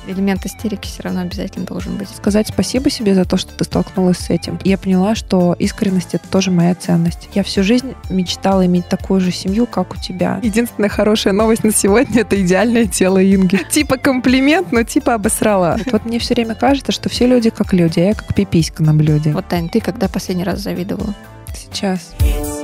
Элемент истерики все равно обязательно должен быть. Сказать спасибо себе за то, что ты столкнулась с этим. Я поняла, что искренность — это тоже моя ценность. Я всю жизнь мечтала иметь такую же семью, как у тебя. Единственная хорошая новость на сегодня — это идеальное тело Инги. Типа комплимент, но типа обосрала. Вот мне все время кажется, что все люди как люди, а я как пиписька на блюде. Вот, Тань, ты когда последний раз завидовала? Сейчас.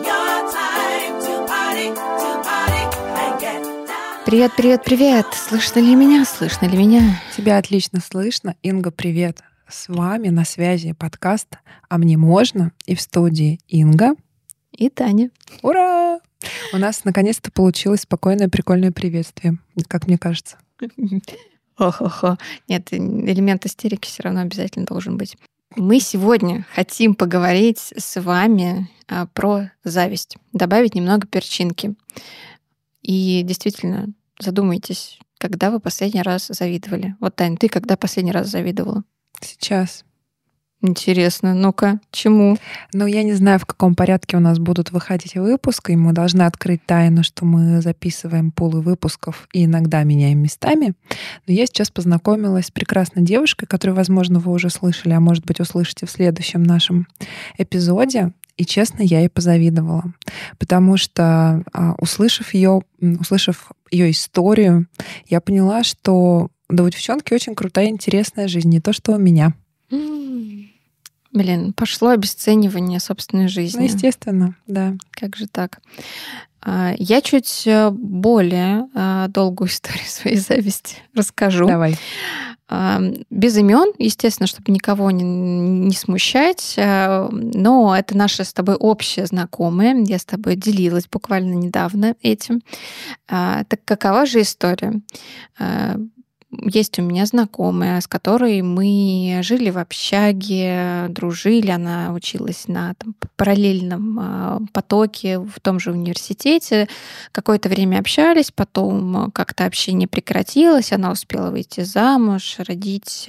Привет, привет, привет! Слышно ли меня? Слышно ли меня? Тебя отлично слышно. Инга, привет. С вами на связи подкаст «А мне можно?» И в студии Инга и Таня. Ура! У нас наконец-то получилось спокойное, прикольное приветствие, как мне кажется. Хо-хо-хо. Нет, элемент истерики все равно обязательно должен быть. Мы сегодня хотим поговорить с вами про зависть, добавить немного перчинки. И действительно, задумайтесь, когда вы последний раз завидовали. Вот, Тань, ты когда последний раз завидовала? Сейчас. Интересно. Ну-ка, чему? Ну, я не знаю, в каком порядке у нас будут выходить выпуски, и мы должны открыть тайну, что мы записываем пулы выпусков и иногда меняем местами. Но я сейчас познакомилась с прекрасной девушкой, которую, возможно, вы уже слышали, а может быть, услышите в следующем нашем эпизоде. И, честно, я ей позавидовала, потому что, услышав ее историю, я поняла, что да, у девчонки очень крутая, интересная жизнь, не то, что у меня. Блин, пошло обесценивание собственной жизни. Ну, естественно, да. Как же так? Я чуть более долгую историю своей зависти расскажу. Давай. Без имен, естественно, чтобы никого не смущать, но это наша с тобой общая знакомая. Я с тобой делилась буквально недавно этим. Так какова же история? Есть у меня знакомая, с которой мы жили в общаге, дружили. Она училась на параллельном потоке в том же университете. Какое-то время общались, потом как-то общение прекратилось. Она успела выйти замуж, родить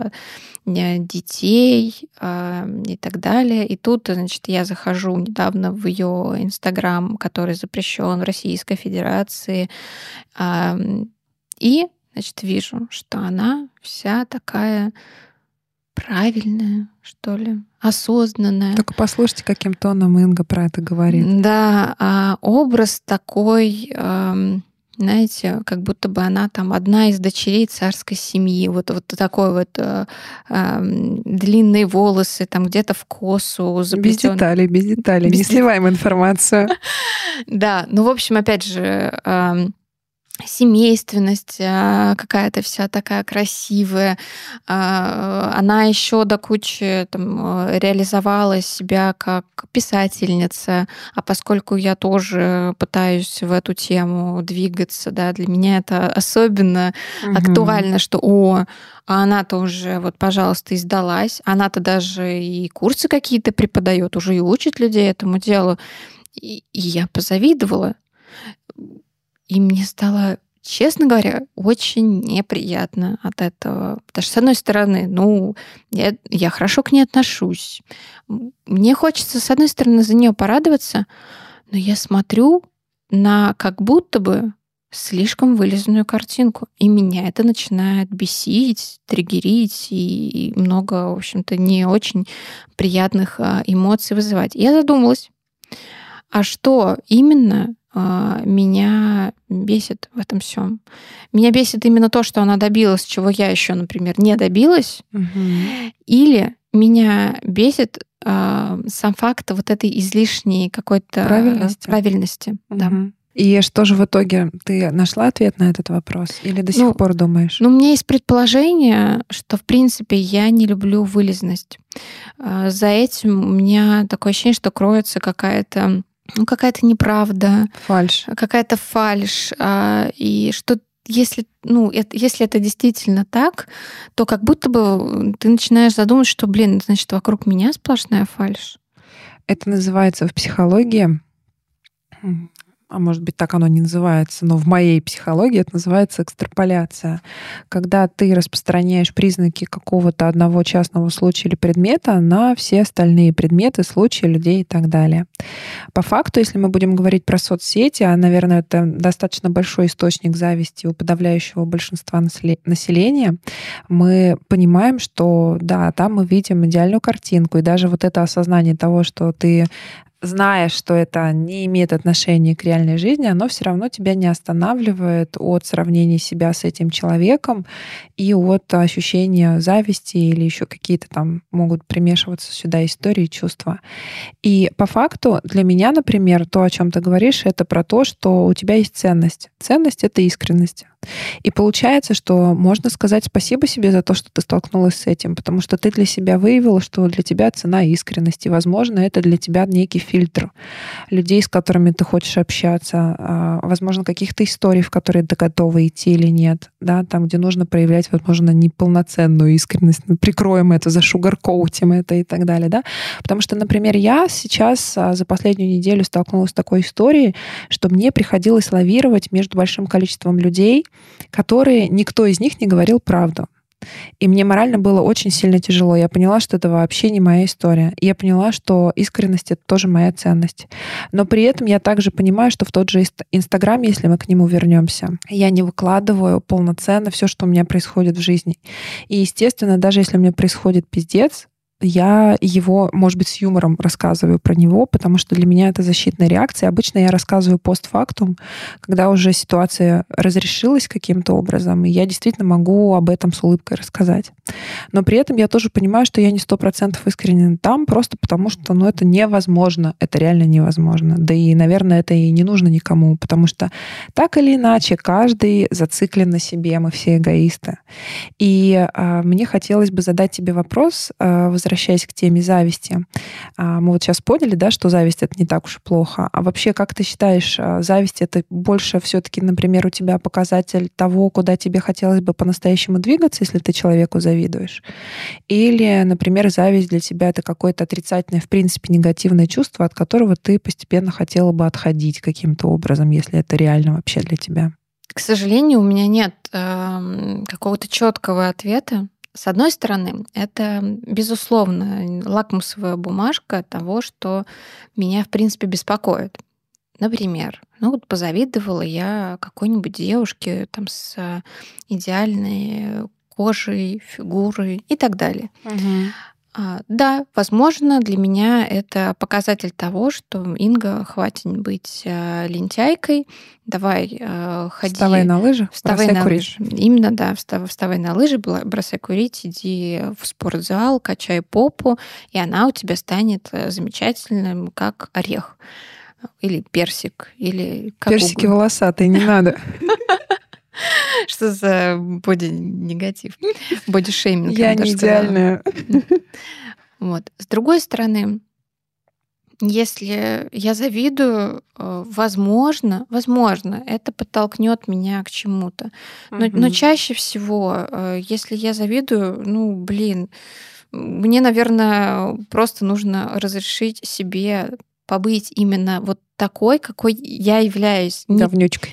детей и так далее. И тут, значит, я захожу недавно в ее Инстаграм, который запрещен в Российской Федерации, и значит, вижу, что она вся такая правильная, что ли, осознанная. Только послушайте, каким тоном Инга про это говорит. Да, образ такой, знаете, как будто бы она там одна из дочерей царской семьи. Вот такой вот длинные волосы, там где-то в косу заплетённые. Без деталей. Не сливаем информацию. Да, ну, в общем, опять же, семейственность какая-то вся такая красивая. Она еще до кучи там реализовала себя как писательница, а поскольку я тоже пытаюсь в эту тему двигаться, да, для меня это особенно актуально, что а она-то уже, вот, пожалуйста, издалась, она-то даже и курсы какие-то преподает, уже и учит людей этому делу. И я позавидовала. И мне стало, честно говоря, очень неприятно от этого. Потому что, с одной стороны, я хорошо к ней отношусь. Мне хочется, с одной стороны, за нее порадоваться, но я смотрю на как будто бы слишком вылизанную картинку. И меня это начинает бесить, триггерить и много, в общем-то, не очень приятных эмоций вызывать. Я задумалась, а что именно меня бесит в этом всем? Меня бесит именно то, что она добилась, чего я еще, например, не добилась. Или меня бесит сам факт вот этой излишней какой-то правильности. Да. И что же в итоге? Ты нашла ответ на этот вопрос? Или до сих пор думаешь? У меня есть предположение, что, в принципе, я не люблю вылизанность. За этим у меня такое ощущение, что кроется какая-то неправда, какая-то фальшь. И что если это действительно так, то как будто бы ты начинаешь задумывать, что, значит, вокруг меня сплошная фальшь. Это называется в психологии а может быть, так оно не называется, но в моей психологии это называется экстраполяция. Когда ты распространяешь признаки какого-то одного частного случая или предмета на все остальные предметы, случаи, людей и так далее. По факту, если мы будем говорить про соцсети, а, наверное, это достаточно большой источник зависти у подавляющего большинства населения, мы понимаем, что да, там мы видим идеальную картинку, и даже вот это осознание того, что ты зная, что это не имеет отношения к реальной жизни, оно все равно тебя не останавливает от сравнения себя с этим человеком и от ощущения зависти или еще какие-то там могут примешиваться сюда истории, чувства. И по факту для меня, например, то, о чем ты говоришь, это про то, что у тебя есть ценность. Ценность — это искренность. И получается, что можно сказать спасибо себе за то, что ты столкнулась с этим, потому что ты для себя выявила, что для тебя цена искренности. Возможно, это для тебя некий фильтр людей, с которыми ты хочешь общаться, возможно, каких-то историй, в которые ты готова идти или нет, да, там, где нужно проявлять, возможно, неполноценную искренность, прикроем это, зашугаркоутим это и так далее, да. Потому что, например, я сейчас за последнюю неделю столкнулась с такой историей, что мне приходилось лавировать между большим количеством людей, которые никто из них не говорил правду. И мне морально было очень сильно тяжело. Я поняла, что это вообще не моя история. И я поняла, что искренность — это тоже моя ценность. Но при этом я также понимаю, что в тот же Инстаграм, если мы к нему вернемся, я не выкладываю полноценно все, что у меня происходит в жизни. И, естественно, даже если у меня происходит пиздец, я его, может быть, с юмором рассказываю про него, потому что для меня это защитная реакция. Обычно я рассказываю постфактум, когда уже ситуация разрешилась каким-то образом, и я действительно могу об этом с улыбкой рассказать. Но при этом я тоже понимаю, что я не 100% искренен там, просто потому что это невозможно. Это реально невозможно. Да и, наверное, это и не нужно никому, потому что так или иначе каждый зациклен на себе, мы все эгоисты. И мне хотелось бы задать тебе вопрос, возвращаясь к теме зависти. Мы вот сейчас поняли, да, что зависть — это не так уж и плохо. А вообще, как ты считаешь, зависть — это больше все-таки, например, у тебя показатель того, куда тебе хотелось бы по-настоящему двигаться, если ты человеку завидуешь? Или, например, зависть для тебя — это какое-то отрицательное, в принципе, негативное чувство, от которого ты постепенно хотела бы отходить каким-то образом, если это реально вообще для тебя? К сожалению, у меня нет какого-то четкого ответа. С одной стороны, это, безусловно, лакмусовая бумажка того, что меня, в принципе, беспокоит. Например, позавидовала я какой-нибудь девушке там, с идеальной кожей, фигурой и так далее. Да, возможно, для меня это показатель того, что, Инга, хватит быть лентяйкой, давай ходи. Вставай на лыжи, бросай курить. Именно, да, вставай на лыжи, бросай курить, иди в спортзал, качай попу, и она у тебя станет замечательным, как орех. Или персик, или как персики угодно. Волосатые, не надо. Что за боди-негатив? Боди-шейминг. Я не идеальная. Вот. С другой стороны, если я завидую, возможно, это подтолкнет меня к чему-то. Но чаще всего, если я завидую, мне, наверное, просто нужно разрешить себе побыть именно вот такой, какой я являюсь. Говнючкой.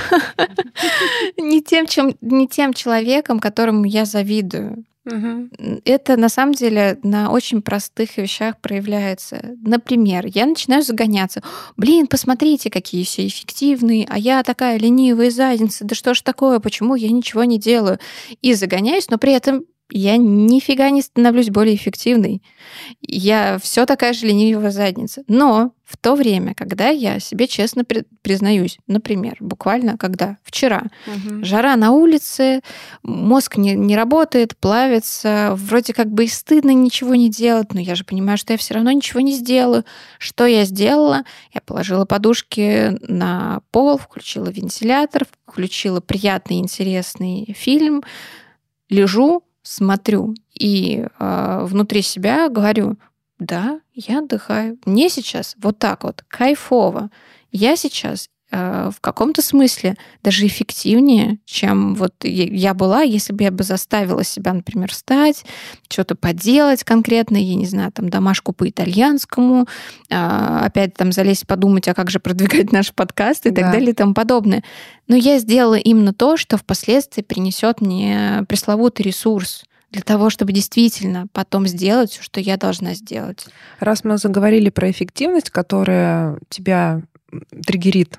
Не тем человеком, которому я завидую. Это на самом деле на очень простых вещах проявляется. Например, я начинаю загоняться. Посмотрите, какие все эффективные, а я такая ленивая задница. Да что ж такое, почему я ничего не делаю? И загоняюсь, но при этом я нифига не становлюсь более эффективной. Я все такая же ленивая задница. Но в то время, когда я себе честно признаюсь, например, буквально когда вчера, жара на улице, мозг не работает, плавится, вроде как бы и стыдно ничего не делать, но я же понимаю, что я все равно ничего не сделаю. Что я сделала? Я положила подушки на пол, включила вентилятор, включила приятный, интересный фильм, лежу, смотрю и внутри себя говорю: да, я отдыхаю. Мне сейчас вот так вот кайфово. Я сейчас в каком-то смысле даже эффективнее, чем вот я была, если бы я бы заставила себя, например, встать, что-то поделать конкретно, я не знаю, там домашку по итальянскому, опять там залезть подумать, а как же продвигать наш подкаст и так далее и тому подобное. Но я сделала именно то, что впоследствии принесет мне пресловутый ресурс для того, чтобы действительно потом сделать все, что я должна сделать. Раз мы заговорили про эффективность, которая тебя триггерит,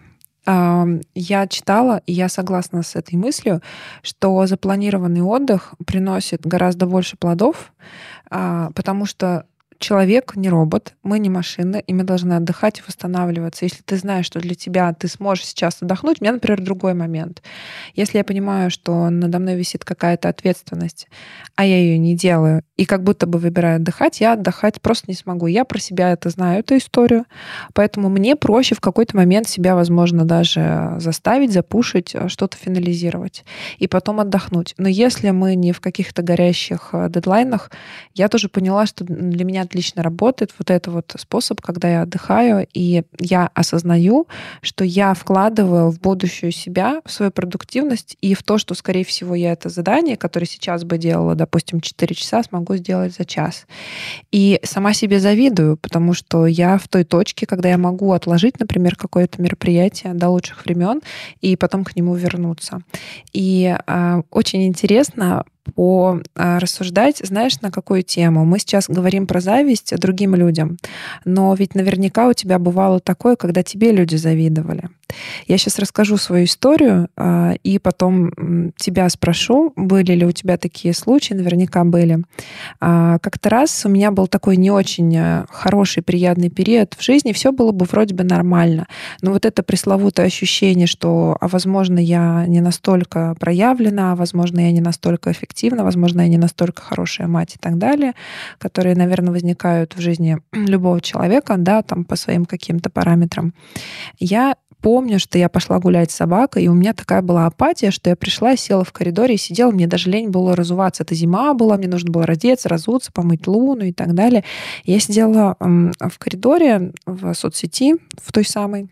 я читала, и я согласна с этой мыслью, что запланированный отдых приносит гораздо больше плодов, потому что человек не робот, мы не машины, и мы должны отдыхать и восстанавливаться. Если ты знаешь, что для тебя ты сможешь сейчас отдохнуть, у меня, например, другой момент. Если я понимаю, что надо мной висит какая-то ответственность, а я ее не делаю, и как будто бы выбираю отдыхать, я отдыхать просто не смогу. Я про себя это знаю, эту историю, поэтому мне проще в какой-то момент себя, возможно, даже заставить, запушить, что-то финализировать и потом отдохнуть. Но если мы не в каких-то горящих дедлайнах, я тоже поняла, что для меня отлично работает вот этот вот способ, когда я отдыхаю, и я осознаю, что я вкладываю в будущую себя, в свою продуктивность и в то, что, скорее всего, я это задание, которое сейчас бы делала, допустим, 4 часа, смогу сделать за час. И сама себе завидую, потому что я в той точке, когда я могу отложить, например, какое-то мероприятие до лучших времен и потом к нему вернуться. И очень интересно рассуждать, знаешь, на какую тему. Мы сейчас говорим про зависть другим людям, но ведь наверняка у тебя бывало такое, когда тебе люди завидовали. Я сейчас расскажу свою историю и потом тебя спрошу, были ли у тебя такие случаи, наверняка были. Как-то раз у меня был такой не очень хороший, приятный период в жизни, все было бы вроде бы нормально, но вот это пресловутое ощущение, что, возможно, я не настолько проявлена, возможно, я не настолько эффективна, возможно, я не настолько хорошая мать и так далее, которые, наверное, возникают в жизни любого человека, да, там по своим каким-то параметрам. Я помню, что я пошла гулять с собакой, и у меня такая была апатия, что я пришла, села в коридоре и сидела, мне даже лень было разуваться. Это зима была, мне нужно было раздеться, разуться, помыть луну и так далее. Я сидела в коридоре, в соцсети, в той самой,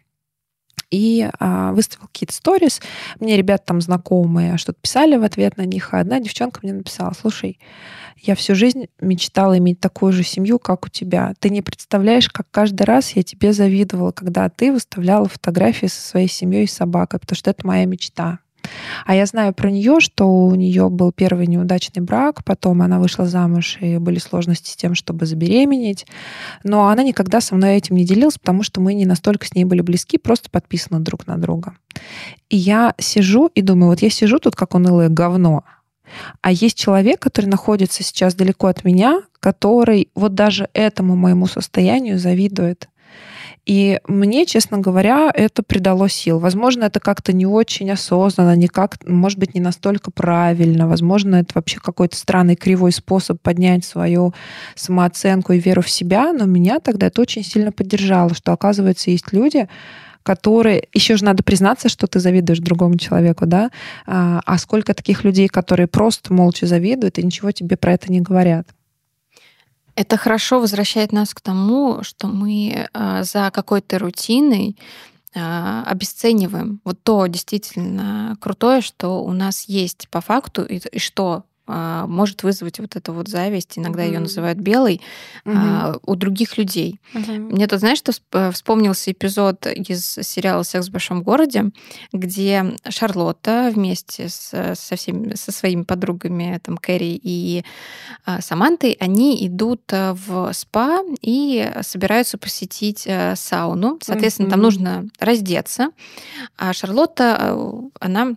и выставил какие-то сторис. Мне ребята там знакомые что-то писали в ответ на них, а одна девчонка мне написала: слушай, я всю жизнь мечтала иметь такую же семью, как у тебя. Ты не представляешь, как каждый раз я тебе завидовала, когда ты выставляла фотографии со своей семьей и собакой, потому что это моя мечта. А я знаю про нее, что у нее был первый неудачный брак, потом она вышла замуж, и были сложности с тем, чтобы забеременеть. Но она никогда со мной этим не делилась, потому что мы не настолько с ней были близки, просто подписаны друг на друга. И я сижу и думаю, вот я сижу тут как унылое говно, а есть человек, который находится сейчас далеко от меня, который вот даже этому моему состоянию завидует. И мне, честно говоря, это придало сил. Возможно, это как-то не очень осознанно, может быть, не настолько правильно. Возможно, это вообще какой-то странный кривой способ поднять свою самооценку и веру в себя. Но меня тогда это очень сильно поддержало, что, оказывается, есть люди, которые... Еще же надо признаться, что ты завидуешь другому человеку, да? А сколько таких людей, которые просто молча завидуют и ничего тебе про это не говорят? Это хорошо возвращает нас к тому, что мы за какой-то рутиной обесцениваем вот то действительно крутое, что у нас есть по факту, и что может вызвать вот эту вот зависть, иногда ее называют белой, у других людей. Мне тут, знаешь, что вспомнился эпизод из сериала «Секс в большом городе», где Шарлотта вместе со своими подругами, там, Кэрри и Самантой, они идут в спа и собираются посетить сауну. Соответственно, там нужно раздеться. А Шарлотта, она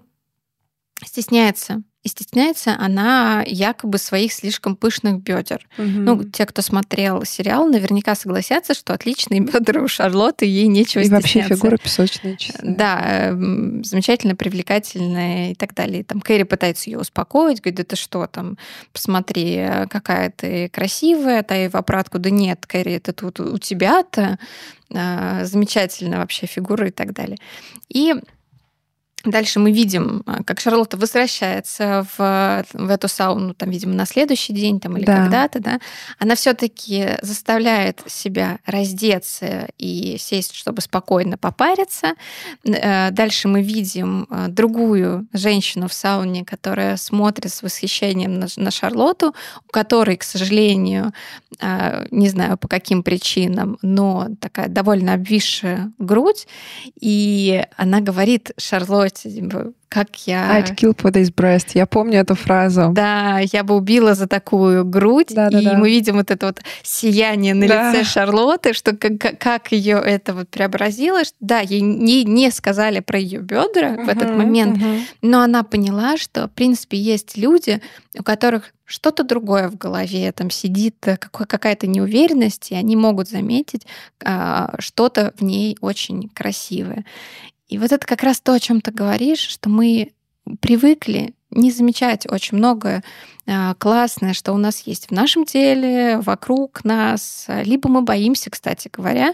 стесняется. И стесняется она якобы своих слишком пышных бедер. Ну, те, кто смотрел сериал, наверняка согласятся, что отличные бедра у Шарлотты, ей нечего стесняться. И вообще фигура песочная. Да, замечательно, привлекательная и так далее. Там Кэрри пытается ее успокоить, говорит: это что там, посмотри, какая ты красивая, та и в обратку: да нет, Кэрри, это тут у тебя-то замечательная вообще фигура и так далее. И Дальше мы видим, как Шарлотта возвращается в эту сауну, там, видимо, на следующий день там, или когда-то, да. Она все-таки заставляет себя раздеться и сесть, чтобы спокойно попариться. Дальше мы видим другую женщину в сауне, которая смотрит с восхищением на Шарлотту, у которой, к сожалению, не знаю по каким причинам, но такая довольно обвисшая грудь, и она говорит Шарлотте, как я... I'd kill for this breast. Я помню эту фразу. Да, я бы убила за такую грудь. И мы видим вот это вот сияние на лице Шарлотты, что как ее это вот преобразило. Да, ей не сказали про ее бедра в этот момент, но она поняла, что, в принципе, есть люди, у которых что-то другое в голове, там сидит какая-то неуверенность, и они могут заметить что-то в ней очень красивое. И вот это как раз то, о чем ты говоришь, что мы привыкли не замечать очень многое классное, что у нас есть в нашем теле, вокруг нас. Либо мы боимся, кстати говоря,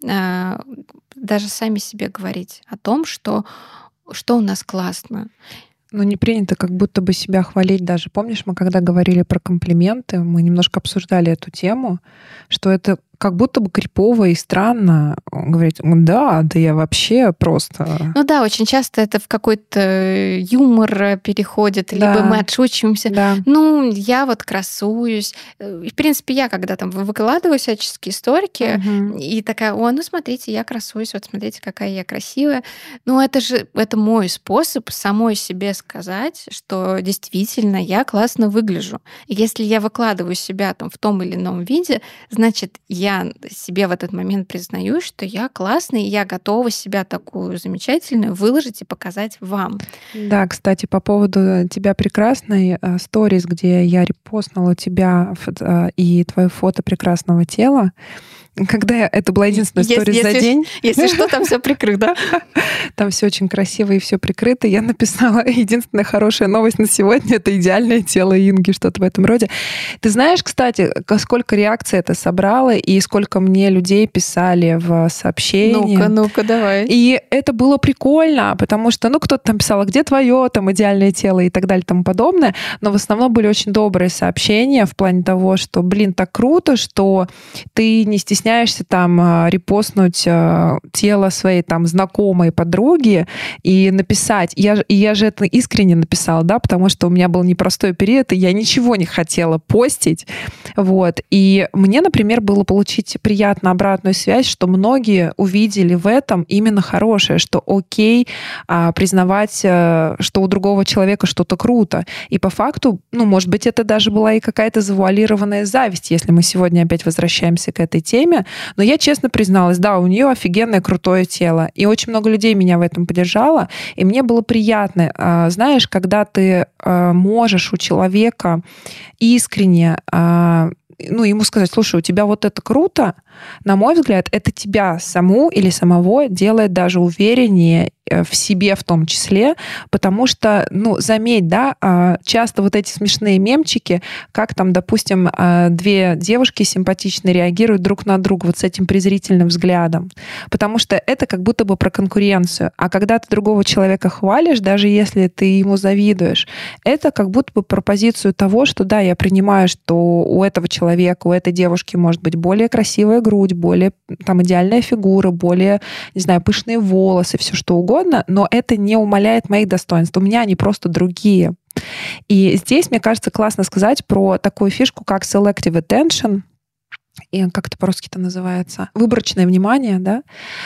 даже сами себе говорить о том, что у нас классно. Ну, не принято как будто бы себя хвалить даже. Помнишь, мы когда говорили про комплименты, мы немножко обсуждали эту тему, что это как будто бы крипово и странно говорить, да я вообще просто... Ну да, очень часто это в какой-то юмор переходит, либо мы отшучиваемся. Да. Ну, я вот красуюсь. И, в принципе, я когда там выкладываю всяческие сторики, и такая, ну смотрите, я красуюсь, вот смотрите, какая я красивая. Ну, это мой способ самой себе сказать, что действительно я классно выгляжу. И если я выкладываю себя там в том или ином виде, значит, я себе в этот момент признаю, что я классная, и я готова себя такую замечательную выложить и показать вам. Да, кстати, по поводу тебя прекрасной, сторис, где я репостнула тебя и твое фото прекрасного тела, когда это была единственная сторис за день. Если что, там все прикрыто. Там все очень красиво и все прикрыто. Я написала, единственная хорошая новость на сегодня — это идеальное тело Инги, что-то в этом роде. Ты знаешь, кстати, сколько реакций это собрало и сколько мне людей писали в сообщениях. Ну-ка, давай. И это было прикольно, потому что, кто-то там писал, а где твое там идеальное тело и так далее и тому подобное. Но в основном были очень добрые сообщения в плане того, что, так круто, что ты не стесняешься там репостнуть тело своей там знакомой подруги и написать. Я же это искренне написала, да, потому что у меня был непростой период, и я ничего не хотела постить. Вот. И мне, например, было получить приятно обратную связь, что многие увидели в этом именно хорошее, что окей признавать, что у другого человека что-то круто. И по факту, может быть, это даже была и какая-то завуалированная зависть, если мы сегодня опять возвращаемся к этой теме. Но я честно призналась, да, у нее офигенное крутое тело. И очень много людей меня в этом поддержало. И мне было приятно, знаешь, когда ты можешь у человека искренне ему сказать, слушай, у тебя вот это круто, на мой взгляд, это тебя саму или самого делает даже увереннее в себе в том числе, потому что, заметь, да, часто вот эти смешные мемчики, как там, допустим, две девушки симпатичные реагируют друг на друга вот с этим презрительным взглядом, потому что это как будто бы про конкуренцию. А когда ты другого человека хвалишь, даже если ты ему завидуешь, это как будто бы про позицию того, что да, я принимаю, что у этого человека, у этой девушки может быть более красивая грудь, более там идеальная фигура, более, не знаю, пышные волосы, все что угодно, но это не умаляет моих достоинств. У меня они просто другие. И здесь, мне кажется, классно сказать про такую фишку, как selective attention. И как это по-русски это называется? Выборочное внимание, да?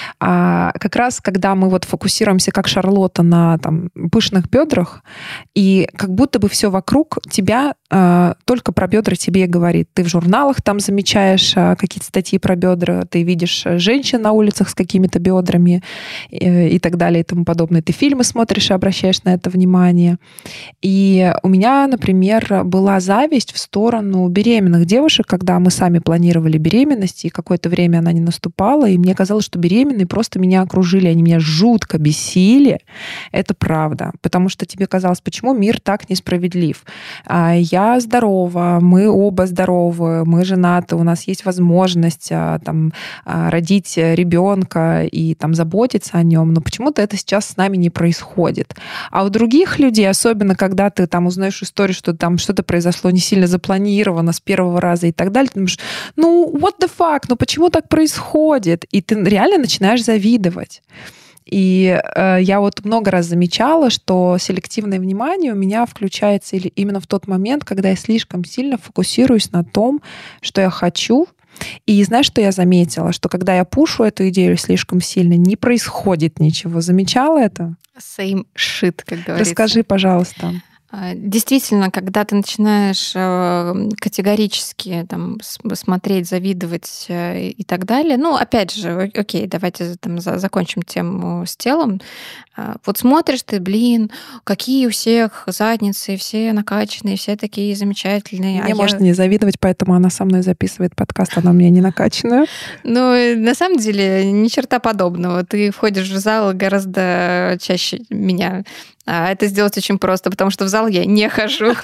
Как раз, когда мы вот фокусируемся, как Шарлотта, на там, пышных бедрах, и как будто бы все вокруг тебя только про бедра тебе и говорит. Ты в журналах там замечаешь какие-то статьи про бедра, ты видишь женщин на улицах с какими-то бедрами и так далее и тому подобное. Ты фильмы смотришь и обращаешь на это внимание. И у меня, например, была зависть в сторону беременных девушек, когда мы сами планировали планировали беременность, и какое-то время она не наступала, и мне казалось, что беременные просто меня окружили, они меня жутко бесили. Это правда, потому что тебе казалось, почему мир так несправедлив? Я здорова, мы оба здоровы, мы женаты, у нас есть возможность там, родить ребенка и там, заботиться о нем, но почему-то это сейчас с нами не происходит. А у других людей, особенно когда ты там узнаешь историю, что там что-то произошло не сильно запланировано с первого раза и так далее, ты думаешь, what the fuck, почему так происходит? И ты реально начинаешь завидовать. И я вот много раз замечала, что селективное внимание у меня включается именно в тот момент, когда я слишком сильно фокусируюсь на том, что я хочу. И знаешь, что я заметила? Что когда я пушу эту идею слишком сильно, не происходит ничего. Замечала это? Same shit, как говорится. Расскажи, пожалуйста. Действительно, когда ты начинаешь категорически там, смотреть, завидовать и так далее, опять же, окей, давайте там закончим тему с телом. Вот смотришь ты, какие у всех задницы, все накачанные, все такие замечательные. Мне можно не завидовать, поэтому она со мной записывает подкаст, она у меня не накачанная. На самом деле, ни черта подобного. Ты входишь в зал гораздо чаще меня. А это сделать очень просто, потому что в зал я не хожу.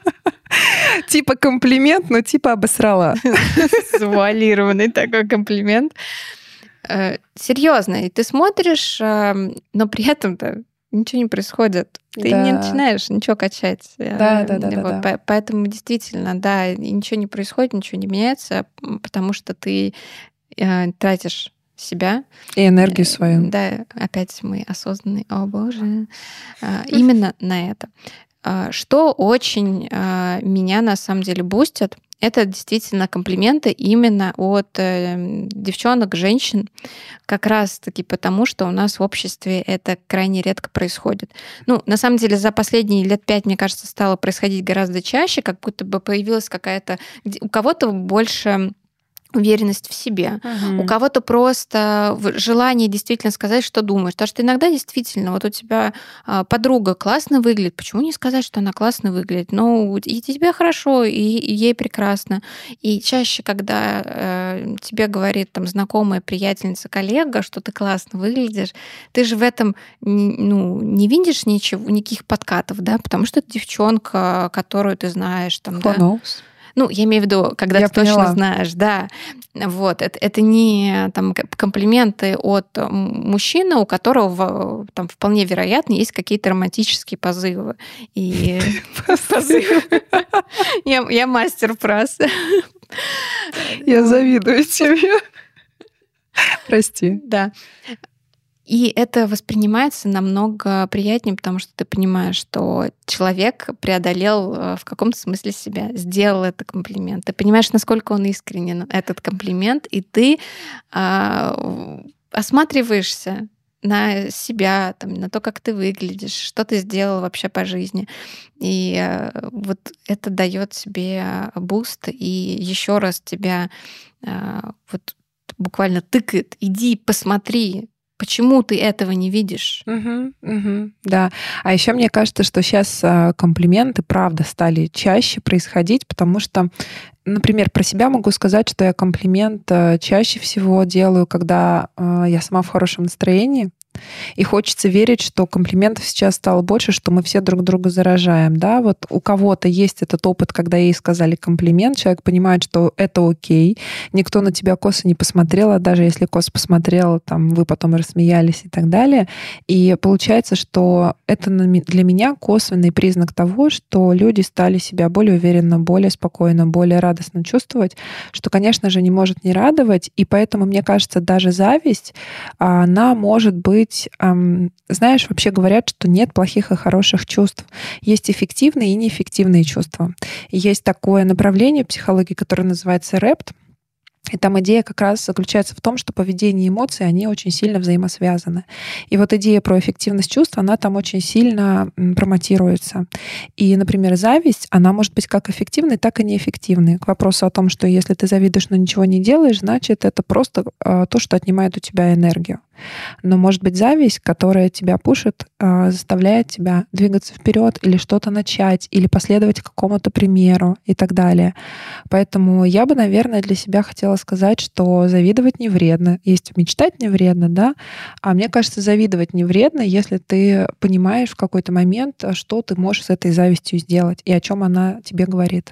Типа комплимент, но типа обосрала. Завуалированный такой комплимент. Серьезно, и ты смотришь, но при этом-то ничего не происходит. Ты не начинаешь ничего качать. Да. Поэтому действительно, да, ничего не происходит, ничего не меняется, потому что ты тратишь себя. И энергию свою. Да, опять мы осознанные. О, Боже. Именно на это. Что очень меня на самом деле бустит, это действительно комплименты именно от девчонок, женщин, как раз-таки потому, что у нас в обществе это крайне редко происходит. На самом деле, за последние лет 5, мне кажется, стало происходить гораздо чаще, как будто бы появилась какая-то... У кого-то больше уверенность в себе. У кого-то просто желание действительно сказать, что думаешь. Потому что иногда действительно, вот у тебя подруга классно выглядит, почему не сказать, что она классно выглядит? И тебе хорошо, и ей прекрасно. И чаще, когда тебе говорит там знакомая, приятельница, коллега, что ты классно выглядишь, ты же в этом не видишь никаких подкатов, да, потому что это девчонка, которую ты знаешь. Там, Who knows? Я имею в виду, когда ты точно знаешь, да. Вот, это не там, комплименты от мужчины, у которого там вполне вероятно есть какие-то романтические позывы. И позывы. Я мастер фраз. Я завидую тебе. Прости. Да. И это воспринимается намного приятнее, потому что ты понимаешь, что человек преодолел в каком-то смысле себя, сделал этот комплимент. Ты понимаешь, насколько он искренен, этот комплимент, и ты осматриваешься на себя, там, на то, как ты выглядишь, что ты сделал вообще по жизни. И вот это дает тебе буст, и еще раз тебя вот буквально тыкает: иди, посмотри. Почему ты этого не видишь? Да. А еще мне кажется, что сейчас комплименты, правда, стали чаще происходить, потому что, например, про себя могу сказать, что я комплимент чаще всего делаю, когда я сама в хорошем настроении. И хочется верить, что комплиментов сейчас стало больше, что мы все друг друга заражаем. Да? Вот у кого-то есть этот опыт, когда ей сказали комплимент, человек понимает, что это окей, никто на тебя косо не посмотрел, а даже если косо посмотрел, там, вы потом рассмеялись и так далее. И получается, что это для меня косвенный признак того, что люди стали себя более уверенно, более спокойно, более радостно чувствовать, что, конечно же, не может не радовать. И поэтому, мне кажется, даже зависть, она может быть... Знаешь, вообще говорят, что нет плохих и хороших чувств. Есть эффективные и неэффективные чувства. И есть такое направление в психологии, которое называется РЭПТ. И там идея как раз заключается в том, что поведение и эмоции, они очень сильно взаимосвязаны. И вот идея про эффективность чувств, она там очень сильно промотируется. И, например, зависть, она может быть как эффективной, так и неэффективной. К вопросу о том, что если ты завидуешь, но ничего не делаешь, значит, это просто то, что отнимает у тебя энергию. Но может быть зависть, которая тебя пушит, заставляет тебя двигаться вперед или что-то начать, или последовать какому-то примеру и так далее. Поэтому я бы, наверное, для себя хотела сказать, что завидовать не вредно. Есть мечтать не вредно, да, а мне кажется, завидовать не вредно, если ты понимаешь в какой-то момент, что ты можешь с этой завистью сделать и о чем она тебе говорит.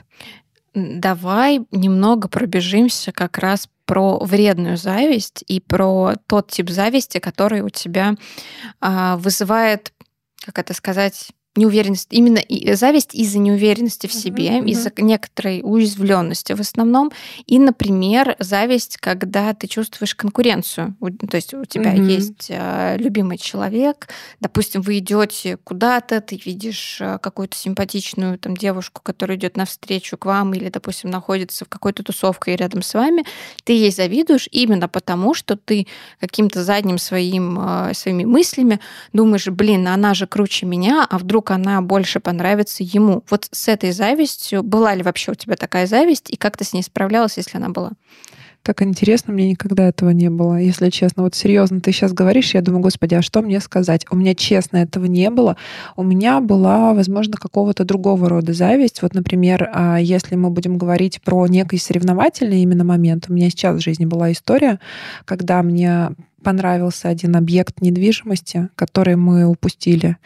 Давай немного пробежимся как раз про вредную зависть и про тот тип зависти, который у тебя вызывает, как это сказать, неуверенность, именно зависть из-за неуверенности в себе, из-за некоторой уязвленности в основном. И, например, зависть, когда ты чувствуешь конкуренцию. То есть у тебя есть любимый человек, допустим, вы идете куда-то, ты видишь какую-то симпатичную там девушку, которая идет навстречу к вам, или, допустим, находится в какой-то тусовке рядом с вами, ты ей завидуешь именно потому, что ты каким-то задним своими мыслями думаешь, блин, она же круче меня, а вдруг она больше понравится ему. Вот с этой завистью, была ли вообще у тебя такая зависть, и как ты с ней справлялась, если она была? Так интересно, мне никогда этого не было. Если честно, вот серьезно, ты сейчас говоришь, я думаю, господи, а что мне сказать? У меня, честно, этого не было. У меня была, возможно, какого-то другого рода зависть. Вот, например, если мы будем говорить про некий соревновательный именно момент, у меня сейчас в жизни была история, когда мне понравился один объект недвижимости, который мы упустили.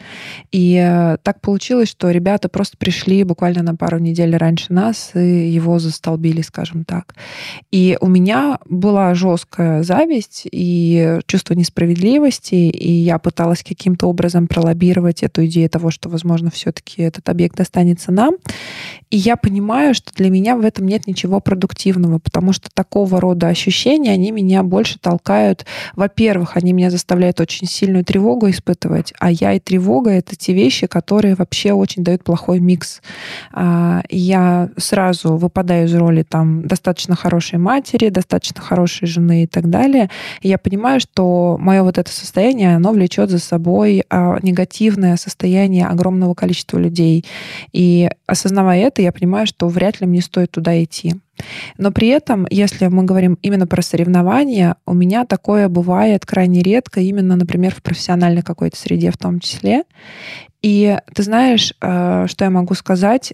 И так получилось, что ребята просто пришли буквально на пару недель раньше нас и его застолбили, скажем так. И у меня была жесткая зависть и чувство несправедливости, и я пыталась каким-то образом пролоббировать эту идею того, что, возможно, все-таки этот объект достанется нам. И я понимаю, что для меня в этом нет ничего продуктивного, потому что такого рода ощущения, они меня больше толкают. Во-первых, они меня заставляют очень сильную тревогу испытывать, а я и тревога — это те вещи, которые вообще очень дают плохой микс. Я сразу выпадаю из роли там достаточно хорошей матери, достаточно хорошей жены и так далее. И я понимаю, что мое вот это состояние, оно влечет за собой негативное состояние огромного количества людей. И осознавая это, я понимаю, что вряд ли мне стоит туда идти. Но при этом, если мы говорим именно про соревнования, у меня такое бывает крайне редко, именно, например, в профессиональной какой-то среде в том числе. И ты знаешь, что я могу сказать?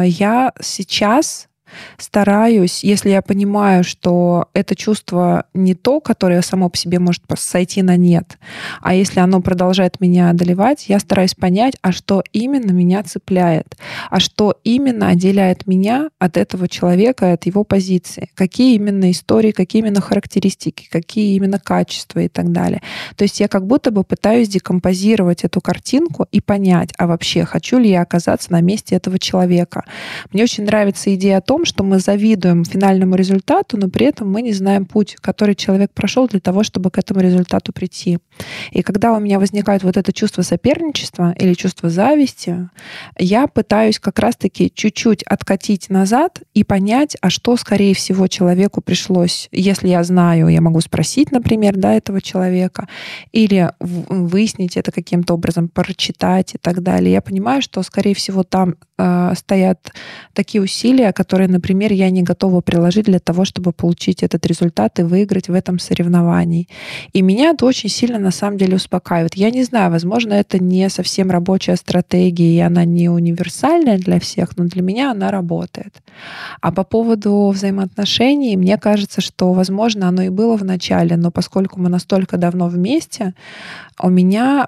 Я сейчас стараюсь, если я понимаю, что это чувство не то, которое само по себе может сойти на нет, а если оно продолжает меня одолевать, я стараюсь понять, а что именно меня цепляет, а что именно отделяет меня от этого человека, от его позиции, какие именно истории, какие именно характеристики, какие именно качества и так далее. То есть я как будто бы пытаюсь декомпозировать эту картинку и понять, а вообще хочу ли я оказаться на месте этого человека. Мне очень нравится идея о том, что мы завидуем финальному результату, но при этом мы не знаем путь, который человек прошел для того, чтобы к этому результату прийти. И когда у меня возникает вот это чувство соперничества или чувство зависти, я пытаюсь как раз-таки чуть-чуть откатить назад и понять, а что, скорее всего, человеку пришлось. Если я знаю, я могу спросить, например, этого человека, или выяснить это каким-то образом, прочитать и так далее. Я понимаю, что, скорее всего, там стоят такие усилия, которые, например, я не готова приложить для того, чтобы получить этот результат и выиграть в этом соревновании. И меня это очень сильно, на самом деле, успокаивает. Я не знаю, возможно, это не совсем рабочая стратегия, и она не универсальная для всех, но для меня она работает. А по поводу взаимоотношений, мне кажется, что, возможно, оно и было в начале, но поскольку мы настолько давно вместе, у меня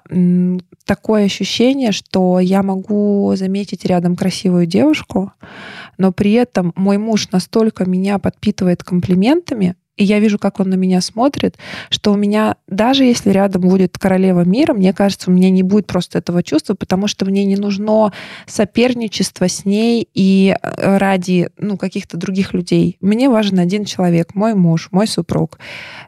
такое ощущение, что я могу заметить рядом красивую девушку, но при этом мой муж настолько меня подпитывает комплиментами, и я вижу, как он на меня смотрит, что у меня, даже если рядом будет королева мира, мне кажется, у меня не будет просто этого чувства, потому что мне не нужно соперничество с ней и ради каких-то других людей. Мне важен один человек, мой муж, мой супруг.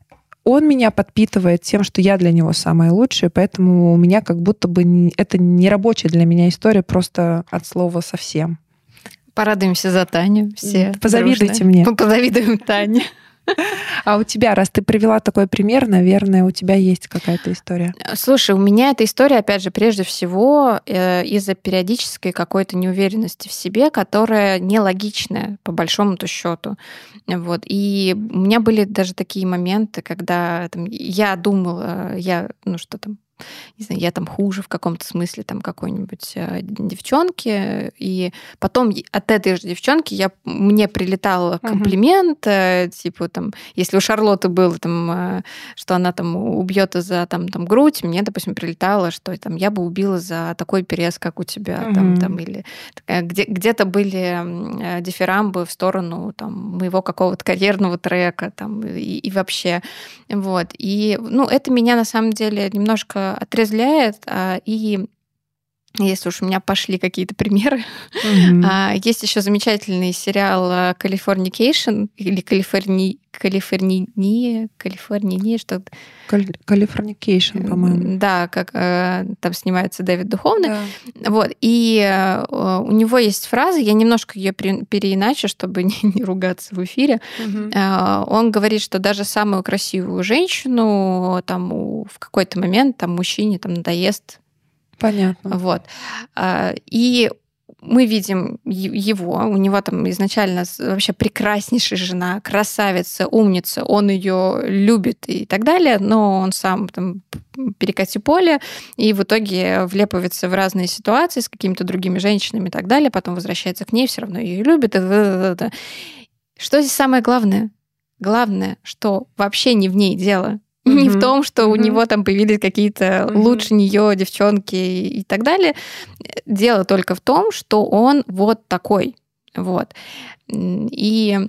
Он меня подпитывает тем, что я для него самая лучшая, поэтому у меня как будто бы это не рабочая для меня история просто от слова совсем. Порадуемся за Таню. Все позавидуйте дружно. мне. Позавидуем Тане. А у тебя, раз ты привела такой пример, наверное, у тебя есть какая-то история? Слушай, у меня эта история, опять же, прежде всего из-за периодической какой-то неуверенности в себе, которая нелогичная, по большому-то счету. Вот. И у меня были даже такие моменты, когда там, я думала, что там, не знаю, я там хуже в каком-то смысле там какой-нибудь девчонки, и потом от этой же девчонки мне прилетал комплимент, типа там, если у Шарлотты было там, что она там убьет за там грудь, мне, допустим, прилетало, что там я бы убила за такой пресс, как у тебя, там, или где-то были дифирамбы в сторону там моего какого-то карьерного трека там и вообще, вот. И, это меня на самом деле немножко отрезвляет, и если уж у меня пошли какие-то примеры, есть еще замечательный сериал «Californication» или «Калифорния», что-то. «Californication», по-моему. Да, как там снимается Дэвид Духовный. Да. Вот. И у него есть фраза, я немножко ее переиначу, чтобы не ругаться в эфире. Он говорит, что даже самую красивую женщину там, в какой-то момент там, мужчине там, надоест. Понятно. Вот. И мы видим его, у него там изначально вообще прекраснейшая жена, красавица, умница, он ее любит и так далее, но он сам там перекати поле и в итоге влепывается в разные ситуации с какими-то другими женщинами и так далее, потом возвращается к ней, все равно ее любит. Что здесь самое главное? Главное, что вообще не в ней дело. Не в том, что у него там появились какие-то лучше нее девчонки и так далее. Дело только в том, что он вот такой. Вот. И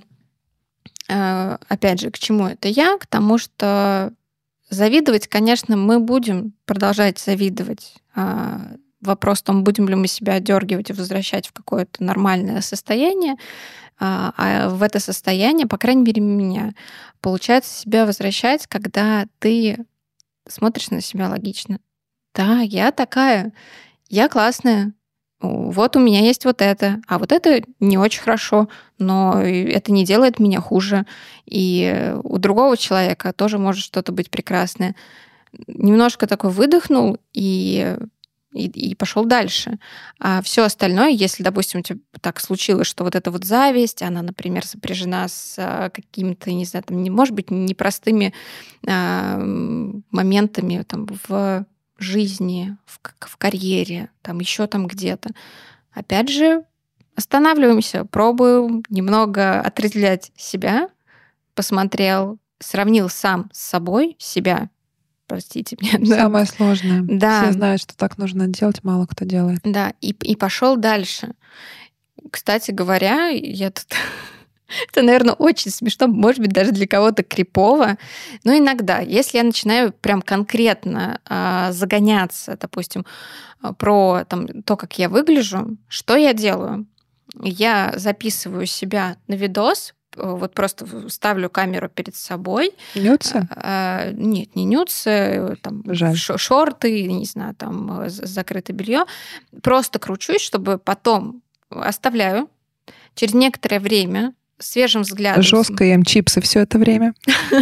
опять же, к чему это я? К тому, что завидовать, конечно, мы будем продолжать завидовать. Вопрос в том, будем ли мы себя отдергивать и возвращать в какое-то нормальное состояние. А в это состояние, по крайней мере, меня, получается себя возвращать, когда ты смотришь на себя логично. Да, я такая, я классная, вот у меня есть вот это, а вот это не очень хорошо, но это не делает меня хуже. И у другого человека тоже может что-то быть прекрасное. Немножко такой выдохнул и пошел дальше. А все остальное, если, допустим, у тебя так случилось, что вот эта вот зависть, она, например, сопряжена с какими-то, не знаю, там, может быть, непростыми моментами там, в жизни, в карьере, там еще там где-то. Опять же, останавливаемся, пробуем немного отрезвлять себя, посмотрел, сравнил сам с собой себя, простите меня. Самое сложное. Да. Все знают, что так нужно делать, мало кто делает. Да, и пошел дальше. Кстати говоря, я тут... Это, наверное, очень смешно, может быть, даже для кого-то крипово. Но иногда, если я начинаю прям конкретно загоняться, допустим, про то, как я выгляжу, что я делаю? Я записываю себя на видос, вот просто ставлю камеру перед собой. Нюцы? Нет, не нюцы, там шорты, не знаю, там закрытое белье. Просто кручусь, чтобы потом оставляю. Через некоторое время свежим взглядом. Жестко ем чипсы все это время.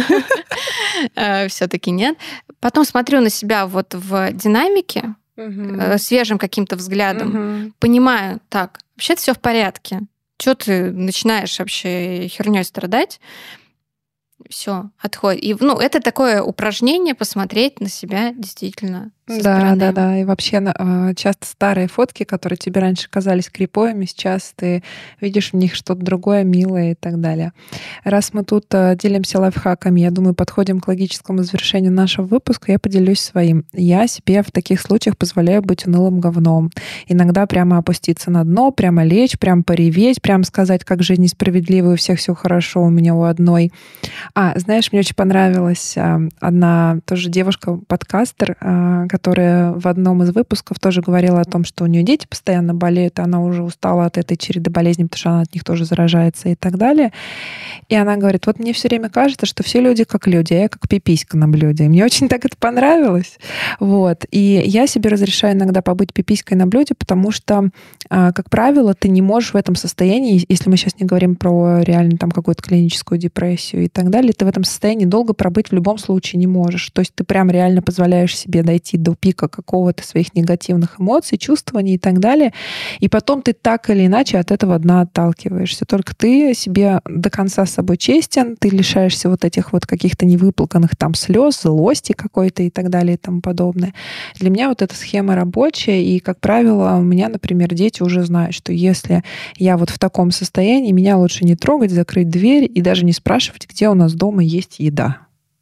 Все-таки нет. Потом смотрю на себя вот в динамике, свежим каким-то взглядом, понимаю, так, вообще-то все в порядке. Что ты начинаешь вообще херней страдать? Все, отходит. И, это такое упражнение посмотреть на себя действительно со стороны. Да. И вообще часто старые фотки, которые тебе раньше казались криповыми, сейчас ты видишь в них что-то другое, милое и так далее. Раз мы тут делимся лайфхаками, я думаю, подходим к логическому завершению нашего выпуска, я поделюсь своим. Я себе в таких случаях позволяю быть унылым говном. Иногда прямо опуститься на дно, прямо лечь, прямо пореветь, прямо сказать, как жизнь несправедлива, у всех все хорошо, у меня у одной. Знаешь, мне очень понравилась одна тоже девушка-подкастер, которая в одном из выпусков тоже говорила о том, что у нее дети постоянно болеют, и она уже устала от этой череды болезней, потому что она от них тоже заражается и так далее. И она говорит, вот мне все время кажется, что все люди как люди, а я как пиписька на блюде. И мне очень так это понравилось. Вот. И я себе разрешаю иногда побыть пиписькой на блюде, потому что, как правило, ты не можешь в этом состоянии, если мы сейчас не говорим про реально там какую-то клиническую депрессию и так далее, ты в этом состоянии долго пробыть в любом случае не можешь. То есть ты прям реально позволяешь себе дойти до пика какого-то своих негативных эмоций, чувствований и так далее. И потом ты так или иначе от этого дна отталкиваешься. Только ты себе до конца с собой честен, ты лишаешься вот этих вот каких-то невыплаканных там слез, злости какой-то и так далее и тому подобное. Для меня вот эта схема рабочая, и, как правило, у меня, например, дети уже знают, что если я вот в таком состоянии, меня лучше не трогать, закрыть дверь и даже не спрашивать, где у нас дома есть еда.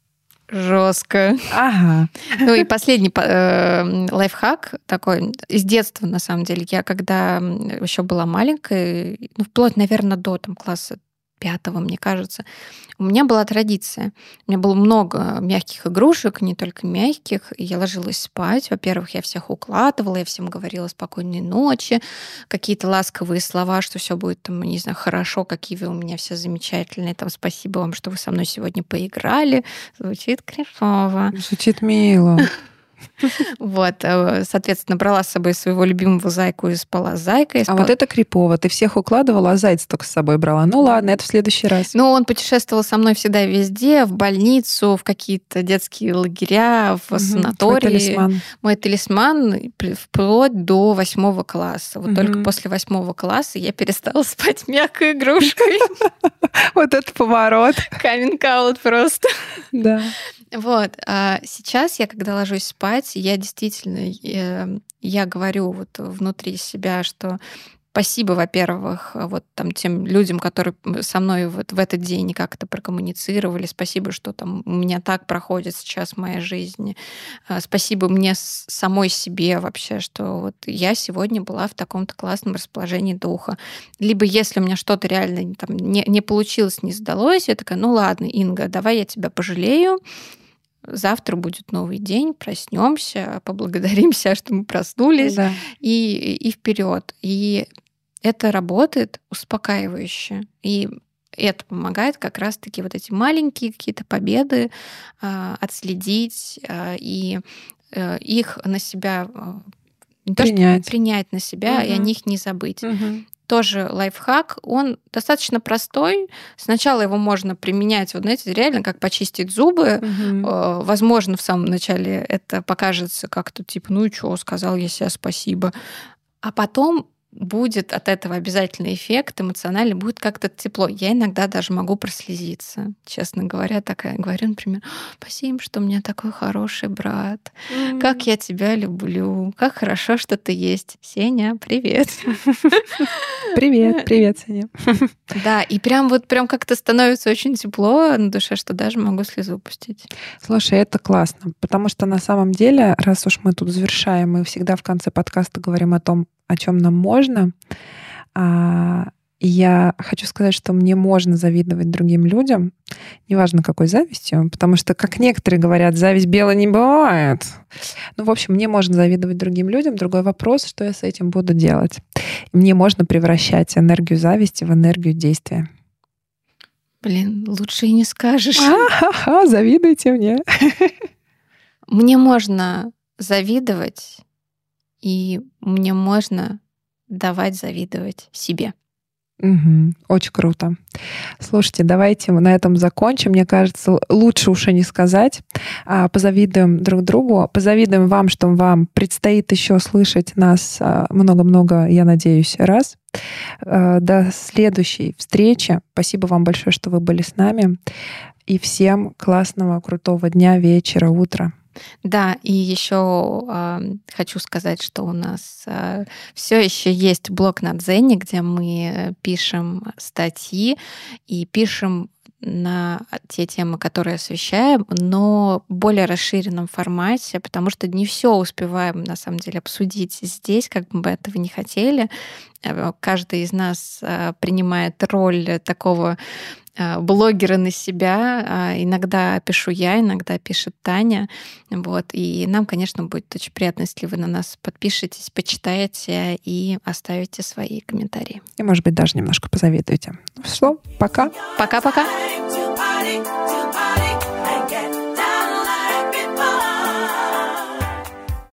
Жестко. Ага. Ну и последний лайфхак такой из детства, на самом деле. Я когда еще была маленькой, ну, вплоть, наверное, до там, класса 5, мне кажется, у меня была традиция. У меня было много мягких игрушек, не только мягких. И я ложилась спать. Во-первых, я всех укладывала, я всем говорила спокойной ночи, какие-то ласковые слова, что все будет там, не знаю, хорошо, какие вы у меня все замечательные, там, спасибо вам, что вы со мной сегодня поиграли. Звучит крипово. Звучит мило. Вот, соответственно, брала с собой своего любимого зайку и спала с зайкой. А вот это крипово. Ты всех укладывала, а зайца только с собой брала. Ну ладно, это в следующий раз. Ну, он путешествовал со мной всегда везде, в больницу, в какие-то детские лагеря, в санатории. Твой талисман. Мой талисман вплоть до 8 класса. Вот только после 8 класса я перестала спать мягкой игрушкой. Вот это поворот. Каминг-аут просто. Да. Вот. А сейчас я, когда ложусь спать, я действительно, я говорю вот внутри себя, что спасибо, во-первых, вот там тем людям, которые со мной вот в этот день как-то прокоммуницировали. Спасибо, что там у меня так проходит сейчас моя жизнь. Спасибо мне самой себе вообще, что вот я сегодня была в таком-то классном расположении духа. Либо если у меня что-то реально там не получилось, не сдалось, я такая, ну ладно, Инга, давай я тебя пожалею. Завтра будет новый день, проснемся, поблагодарим себя, что мы проснулись, Да. и вперед. И это работает успокаивающе. И это помогает как раз-таки вот эти маленькие какие-то победы отследить и их на себя принять на себя и о них не забыть. Тоже лайфхак, он достаточно простой. Сначала его можно применять, вот знаете, реально как почистить зубы. Возможно, в самом начале это покажется как-то типа, ну и что, сказал я себе спасибо. А потом будет от этого обязательно эффект эмоциональный, будет как-то тепло. Я иногда даже могу прослезиться, честно говоря. Такая говорю, например, спасибо, что у меня такой хороший брат. Как я тебя люблю. Как хорошо, что ты есть. Сеня, привет. Привет, Сеня. Да, и прям как-то становится очень тепло на душе, что даже могу слезу пустить. Слушай, это классно, потому что на самом деле, раз уж мы тут завершаем, мы всегда в конце подкаста говорим о том, о чем нам можно. Я хочу сказать, что мне можно завидовать другим людям, неважно какой завистью, потому что, как некоторые говорят, зависть белой не бывает. Ну, в общем, мне можно завидовать другим людям. Другой вопрос, что я с этим буду делать. Мне можно превращать энергию зависти в энергию действия. Блин, лучше и не скажешь. Завидуйте мне. Мне можно завидовать, и мне можно давать завидовать себе. Очень круто. Слушайте, давайте мы на этом закончим. Мне кажется, лучше уж и не сказать. Позавидуем друг другу. Позавидуем вам, что вам предстоит еще слышать нас много-много, я надеюсь, раз. До следующей встречи. Спасибо вам большое, что вы были с нами. И всем классного, крутого дня, вечера, утра. Да, и еще хочу сказать, что у нас все еще есть блог на Дзене, где мы пишем статьи и пишем на те темы, которые освещаем, но в более расширенном формате, потому что не все успеваем, на самом деле, обсудить здесь, как бы мы этого не хотели. Каждый из нас принимает роль такого блогеры на себя. Иногда пишу я, иногда пишет Таня. Вот. И нам, конечно, будет очень приятно, если вы на нас подпишетесь, почитаете и оставите свои комментарии. И, может быть, даже немножко позавидуете. Ну, все, пока. Пока-пока.